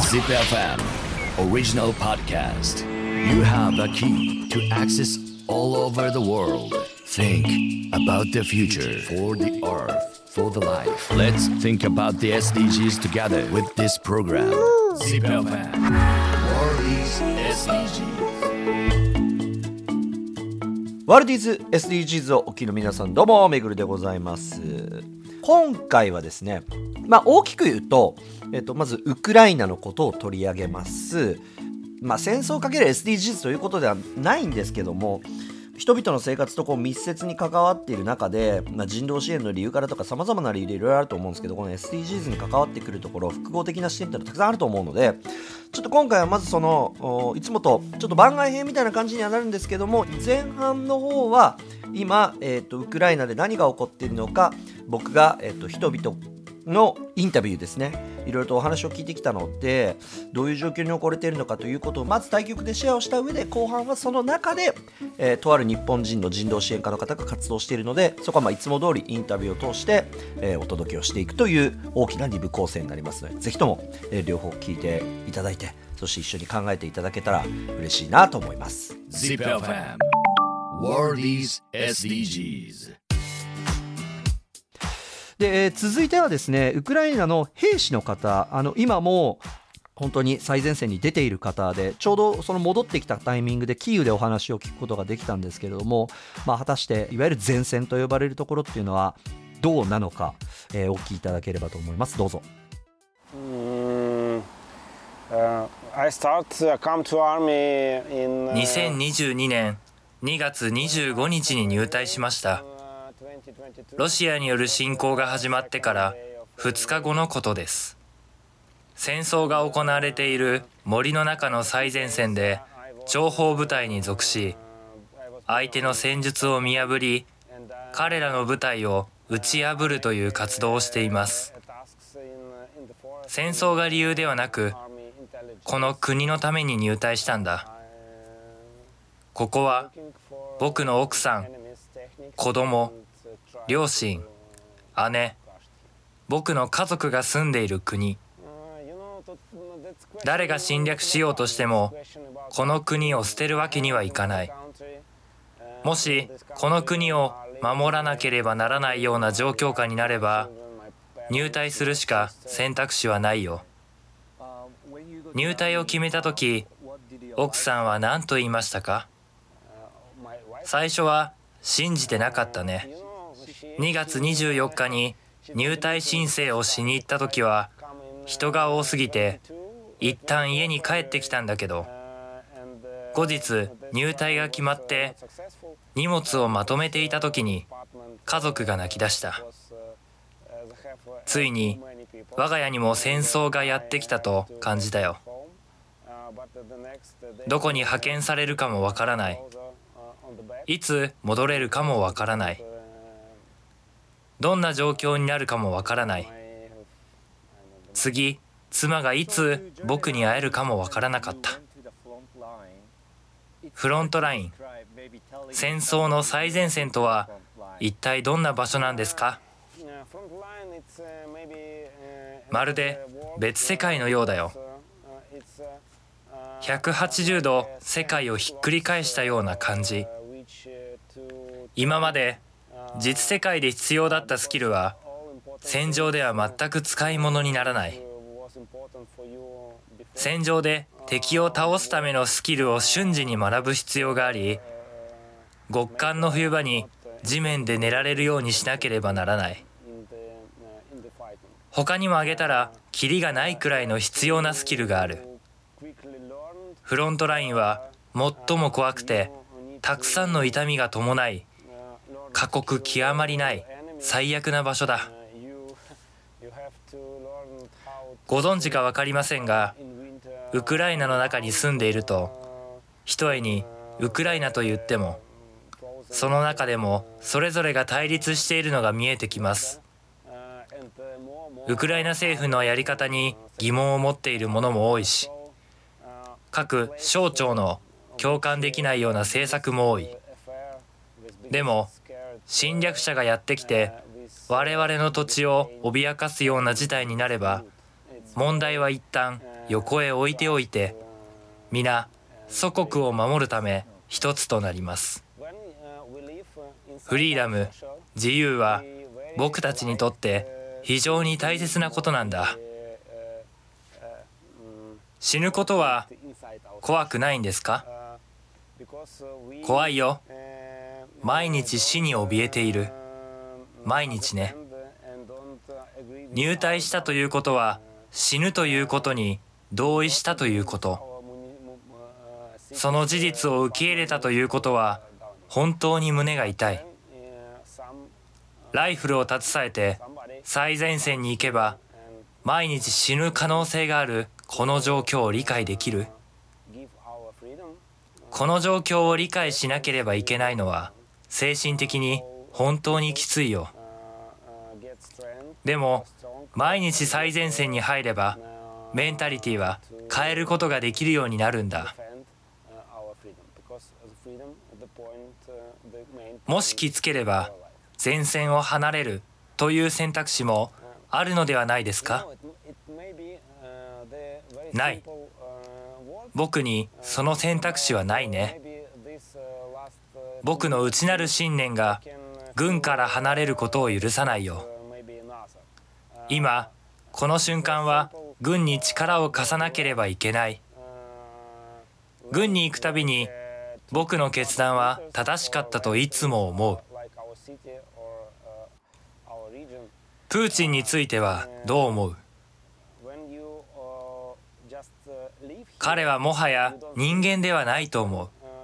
Zip FM Original Podcast. You have a key to access all over the world. Think about the future for the earth, for the life. Let's think about the SDGs together with this program. Zip FM World is SDGs. ワールディーズ SDGs をお聞きの皆さん、どうもめぐるでございます。今回はですね、大きく言うと、まずウクライナのことを取り上げます。戦争をかける SDGs ということではないんですけども、人々の生活と密接に関わっている中で、人道支援の理由からとか様々な理由でいろいろあると思うんですけど、この SDGs に関わってくるところ、複合的な視点ってのはたくさんあると思うので、ちょっと今回はまずいつもとちょっと番外編みたいな感じにはなるんですけども、前半の方は今、ウクライナで何が起こっているのか、僕が、人々のインタビューですね、いろいろとお話を聞いてきたので、どういう状況に置かれているのかということをまず対局でシェアをした上で、後半はその中で、とある日本人の人道支援家の方が活動しているので、そこはいつも通りインタビューを通して、お届けをしていくという大きな2部構成になりますので、ぜひとも、両方聞いていただいて、そして一緒に考えていただけたら嬉しいなと思います。 Zip FM World is SDGs。 で、続いてはですね、ウクライナの兵士の方、今も本当に最前線に出ている方で、ちょうどその戻ってきたタイミングでキーウでお話を聞くことができたんですけれども、果たしていわゆる前線と呼ばれるところっていうのはどうなのか、お聞きいただければと思います。どうぞ。 2022年2月25日に入隊しました。ロシアによる侵攻が始まってから2日後のことです。戦争が行われている森の中の最前線で諜報部隊に属し、相手の戦術を見破り、彼らの部隊を打ち破るという活動をしています。戦争が理由ではなく、この国のために入隊したんだ。ここは僕の奥さん、子供、両親、姉、僕の家族が住んでいる国。誰が侵略しようとしても、この国を捨てるわけにはいかない。もし、この国を守らなければならないような状況下になれば、入隊するしか選択肢はないよ。入隊を決めたとき、奥さんは何と言いましたか？最初は信じてなかったね。2月24日に入隊申請をしに行った時は人が多すぎて一旦家に帰ってきたんだけど、後日入隊が決まって荷物をまとめていた時に家族が泣き出した。ついに我が家にも戦争がやってきたと感じたよ。どこに派遣されるかもわからない。いつ戻れるかもわからない。どんな状況になるかもわからない。次、妻がいつ僕に会えるかもわからなかった。フロントライン、戦争の最前線とは一体どんな場所なんですか？まるで別世界のようだよ。180度世界をひっくり返したような感じ。今まで実世界で必要だったスキルは戦場では全く使い物にならない。戦場で敵を倒すためのスキルを瞬時に学ぶ必要があり、極寒の冬場に地面で寝られるようにしなければならない。他にも挙げたらキリがないくらいの必要なスキルがある。フロントラインは最も怖くてたくさんの痛みが伴い、過酷極まりない最悪な場所だ。ご存知か分かりませんが、ウクライナの中に住んでいると、ひとえにウクライナと言っても、その中でもそれぞれが対立しているのが見えてきます。ウクライナ政府のやり方に疑問を持っているものも多いし、各省庁の共感できないような政策も多い。でも侵略者がやってきて我々の土地を脅かすような事態になれば、 問題は一旦横へ置いておいて、皆祖国を守るため一つとなります。フリーダム、自由は僕たちにとって非常に大切なことなんだ。死ぬことは怖くないんですか？怖いよ。毎日死に怯えている。毎日ね。入隊したということは死ぬということに同意したということ。その事実を受け入れたということは本当に胸が痛い。ライフルを携えて最前線に行けば毎日死ぬ可能性があるこの状況を理解できる？この状況を理解しなければいけないのは精神的に本当にきついよ。でも毎日最前線に入ればメンタリティは変えることができるようになるんだ。もしきつければ前線を離れるという選択肢もあるのではないですか？ない。僕にその選択肢はないね。僕の内なる信念が軍から離れることを許さないよ。今この瞬間は軍に力を貸さなければいけない。軍に行くたびに僕の決断は正しかったといつも思う。プーチンについてはどう思う？彼はもはや人間ではないと思う。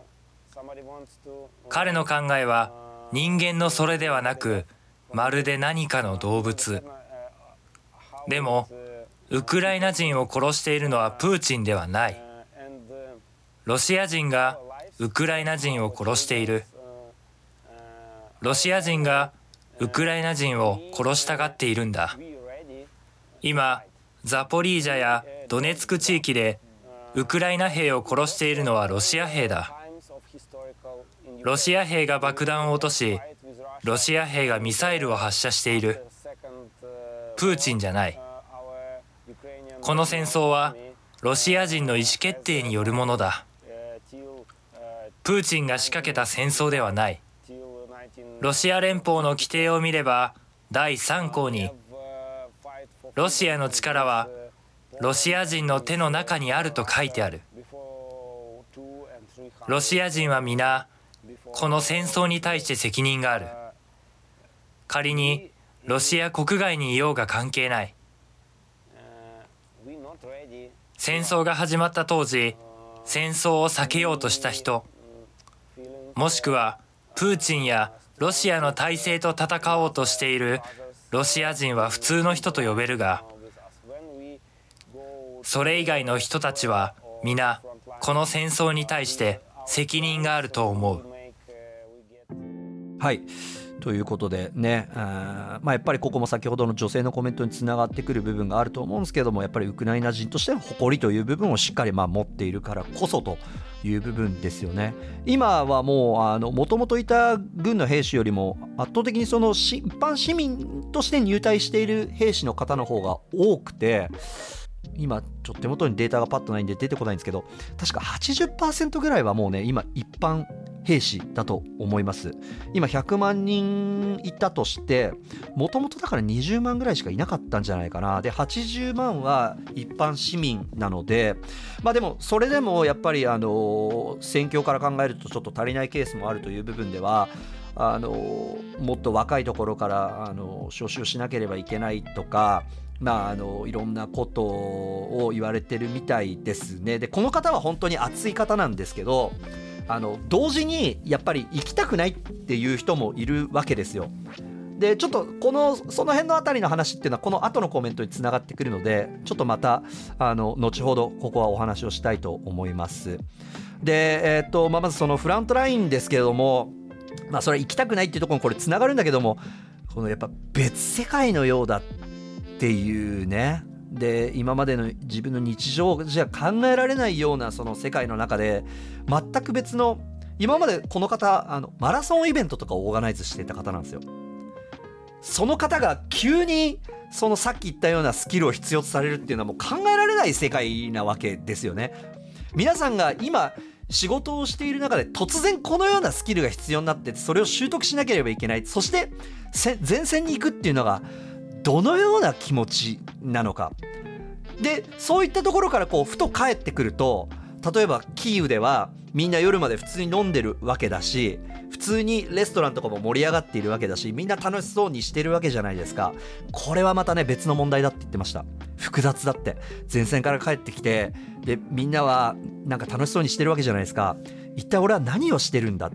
彼の考えは人間のそれではなく、まるで何かの動物。でもウクライナ人を殺しているのはプーチンではない。ロシア人がウクライナ人を殺している。ロシア人がウクライナ人を殺したがっているんだ。今ザポリージャやドネツク地域でウクライナ兵を殺しているのはロシア兵だ。ロシア兵が爆弾を落とし、ロシア兵がミサイルを発射している。プーチンじゃない。この戦争はロシア人の意思決定によるものだ。プーチンが仕掛けた戦争ではない。ロシア連邦の規定を見れば第3項に、ロシアの力はロシア人の手の中にあると書いてある。ロシア人は皆この戦争に対して責任がある。仮にロシア国外にいようが関係ない。戦争が始まった当時、戦争を避けようとした人、もしくはプーチンやロシアの体制と戦おうとしているロシア人は普通の人と呼べるが、それ以外の人たちは皆この戦争に対して責任があると思う。 はい、ということでね、やっぱりここも先ほどの女性のコメントにつながってくる部分があると思うんですけども、やっぱりウクライナ人としての誇りという部分をしっかり持っているからこそという部分ですよね。今はもうもともといた軍の兵士よりも圧倒的にその一般市民として入隊している兵士の方の方が多くて、今ちょっと手元にデータがパッとないんで出てこないんですけど、確か 80% ぐらいはもうね今一般兵士だと思います。今100万人いたとして、もともとだから20万ぐらいしかいなかったんじゃないかな。で80万は一般市民なので、でもそれでもやっぱり戦況から考えるとちょっと足りないケースもあるという部分では、もっと若いところから招集しなければいけないとか、いろんなことを言われてるみたいですね。でこの方は本当に熱い方なんですけど、同時にやっぱり行きたくないっていう人もいるわけですよ。でちょっとその辺のあたりの話っていうのはこの後のコメントにつながってくるので、ちょっとまた後ほどここはお話をしたいと思います。でまずそのフロントラインですけれども、それ行きたくないっていうところにこれつながるんだけども、このやっぱ別世界のようだっていうね。で今までの自分の日常じゃ考えられないようなその世界の中で、全く別の、今までこの方マラソンイベントとかをオーガナイズしていた方なんですよ。 その方が急にそのさっき言ったようなスキルを必要とされるっていうのはもう考えられない世界なわけですよね。皆さんが今仕事をしている中で突然このようなスキルが必要になってそれを習得しなければいけない、そして前線に行くっていうのがどのような気持ちなのかで、そういったところからこうふと帰ってくると、例えばキーウではみんな夜まで普通に飲んでるわけだし、普通にレストランとかも盛り上がっているわけだし、みんな楽しそうにしてるわけじゃないですか。これはまたね別の問題だって言ってました。複雑だって。前線から帰ってきて、でみんなはなんか楽しそうにしてるわけじゃないですか。一体俺は何をしてるんだって、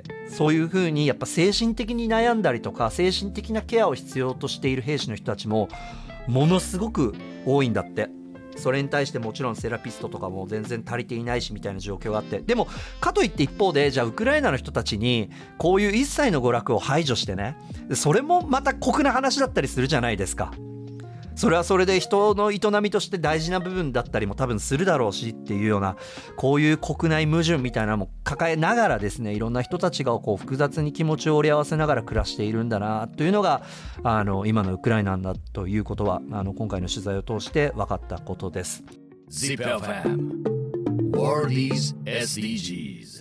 そういう風にやっぱ精神的に悩んだりとか精神的なケアを必要としている兵士の人たちもものすごく多いんだって。それに対してもちろんセラピストとかも全然足りていないしみたいな状況があって、でもかといって一方でじゃあウクライナの人たちにこういう一切の娯楽を排除してね、それもまた酷な話だったりするじゃないですか。それはそれで人の営みとして大事な部分だったりも多分するだろうしっていうような、こういう国内矛盾みたいなのも抱えながらですね、いろんな人たちがこう複雑に気持ちを折り合わせながら暮らしているんだなというのが今のウクライナなんだということは今回の取材を通して分かったことです。 ZIPFM World is SDGs